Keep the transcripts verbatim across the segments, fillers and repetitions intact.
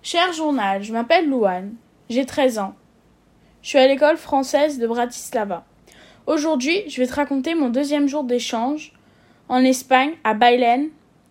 Cher journal, je m'appelle Louane, j'ai treize ans. Je suis à l'école française de Bratislava. Aujourd'hui, je vais te raconter mon deuxième jour d'échange en Espagne, à Bailén,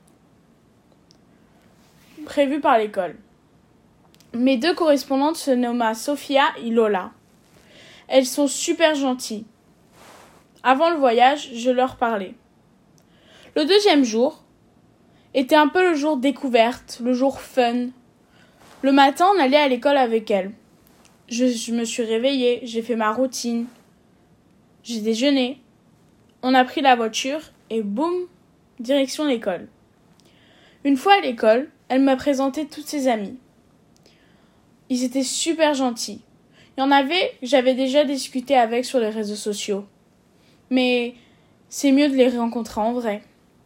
prévu par l'école. Mes deux correspondantes se nomment Sofia et Lola. Elles sont super gentilles. Avant le voyage, je leur parlais. Le deuxième jour était un peu le jour découverte, le jour fun. Le matin, on allait à l'école avec elles. Je, je me suis réveillée, j'ai fait ma routine. J'ai déjeuné. On a pris la voiture et boum, direction l'école. Une fois à l'école, elle m'a présenté toutes ses amies. Ils étaient super gentils. Il y en avait que j'avais déjà discuté avec sur les réseaux sociaux. Mais c'est mieux de les rencontrer en vrai.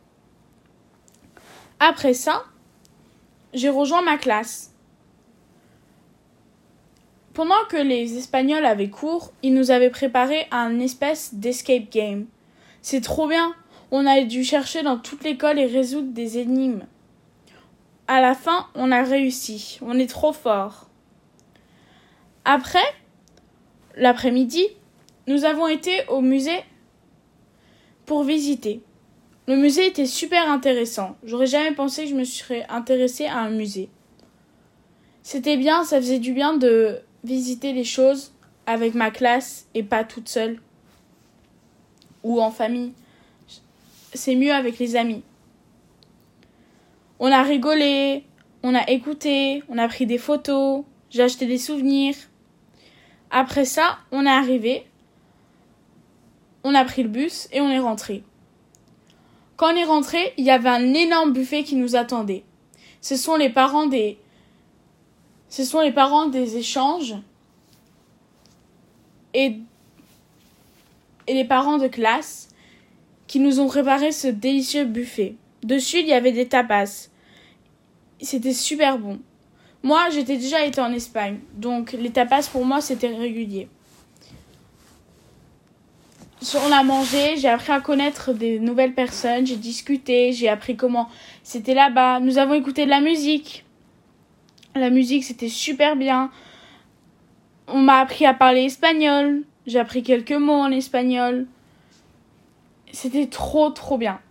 Après ça, j'ai rejoint ma classe. Pendant que les Espagnols avaient cours, ils nous avaient préparé un espèce d'escape game. C'est trop bien. On a dû chercher dans toute l'école et résoudre des énigmes. À la fin, on a réussi. On est trop forts. Après, l'après-midi, nous avons été au musée pour visiter. Le musée était super intéressant. J'aurais jamais pensé que je me serais intéressée à un musée. C'était bien, ça faisait du bien de visiter les choses avec ma classe et pas toute seule. Ou en famille. C'est mieux avec les amis. On a rigolé, on a écouté, on a pris des photos, j'ai acheté des souvenirs. Après ça, on est arrivé, on a pris le bus et on est rentré. Quand on est rentré, il y avait un énorme buffet qui nous attendait. Ce sont les parents des, ce sont les parents des échanges et, et les parents de classe qui nous ont préparé ce délicieux buffet. Dessus, il y avait des tapas. C'était super bon. Moi, j'étais déjà été en Espagne, donc les tapas pour moi, c'était régulier. On a mangé, j'ai appris à connaître des nouvelles personnes, j'ai discuté, j'ai appris comment c'était là-bas. Nous avons écouté de la musique. La musique, c'était super bien. On m'a appris à parler espagnol. J'ai appris quelques mots en espagnol. C'était trop, trop bien.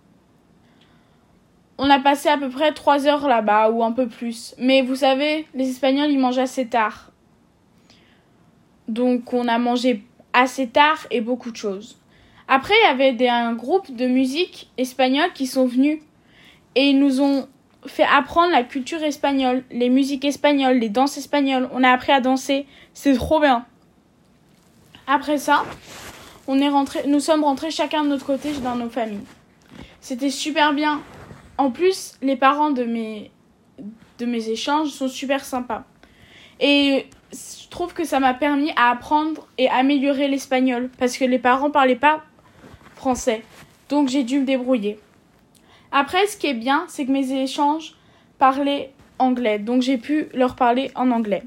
On a passé à peu près trois heures là-bas, ou un peu plus. Mais vous savez, les Espagnols, ils mangent assez tard. Donc, on a mangé assez tard et beaucoup de choses. Après, il y avait des, un groupe de musique espagnole qui sont venus. Et ils nous ont fait apprendre la culture espagnole, les musiques espagnoles, les danses espagnoles. On a appris à danser. C'est trop bien. Après ça, on est rentré, nous sommes rentrés chacun de notre côté dans nos familles. C'était super bien. En plus, les parents de mes, de mes échanges sont super sympas. Et je trouve que ça m'a permis à apprendre et améliorer l'espagnol. Parce que les parents ne parlaient pas français. Donc j'ai dû me débrouiller. Après, ce qui est bien, c'est que mes échanges parlaient anglais. Donc j'ai pu leur parler en anglais.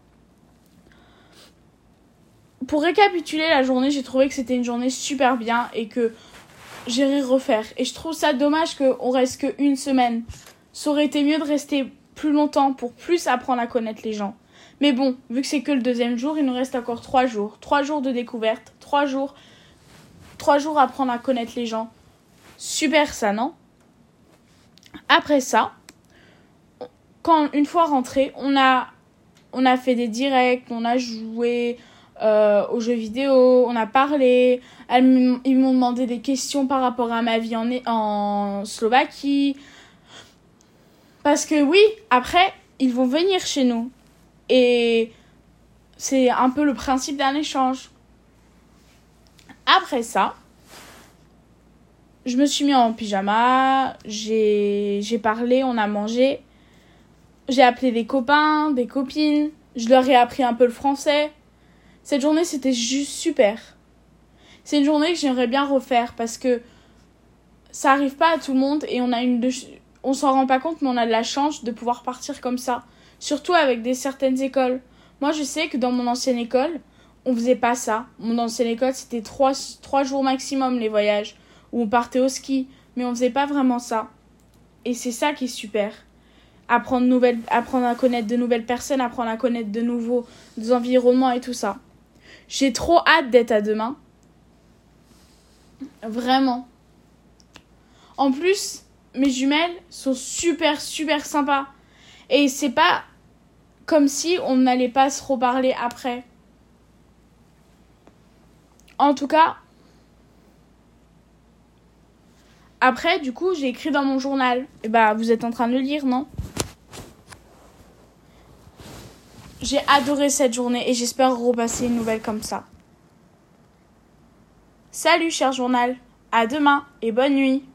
Pour récapituler la journée, j'ai trouvé que c'était une journée super bien et que j'irai refaire. Et je trouve ça dommage qu'on reste qu'une semaine. Ça aurait été mieux de rester plus longtemps pour plus apprendre à connaître les gens. Mais bon, vu que c'est que le deuxième jour, il nous reste encore trois jours. Trois jours de découverte, trois jours, trois jours à apprendre à connaître les gens. Super ça, non? Après ça, quand une fois rentré, on a, on a fait des directs, on a joué euh, aux jeux vidéo, on a parlé. Elles, ils m'ont demandé des questions par rapport à ma vie en, en Slovaquie. Parce que oui, après, ils vont venir chez nous. Et c'est un peu le principe d'un échange. Après ça, je me suis mis en pyjama, j'ai, j'ai parlé, on a mangé. J'ai appelé des copains, des copines. Je leur ai appris un peu le français. Cette journée, c'était juste super. C'est une journée que j'aimerais bien refaire parce que ça arrive pas à tout le monde et on a une de... on s'en rend pas compte, mais on a de la chance de pouvoir partir comme ça. Surtout avec des certaines écoles. Moi, je sais que dans mon ancienne école, on faisait pas ça. Mon ancienne école, c'était trois, trois jours maximum les voyages où on partait au ski, mais on faisait pas vraiment ça. Et c'est ça qui est super. apprendre, nouvelles, apprendre à connaître de nouvelles personnes, apprendre à connaître de nouveaux des environnements et tout ça. J'ai trop hâte d'être à demain. Vraiment. En plus, mes jumelles sont super, super sympas. Et c'est pas comme si on n'allait pas se reparler après. En tout cas, après, du coup, j'ai écrit dans mon journal. Et bah, vous êtes en train de le lire, non ? J'ai adoré cette journée et j'espère repasser une nouvelle comme ça. Salut, cher journal. À demain et bonne nuit.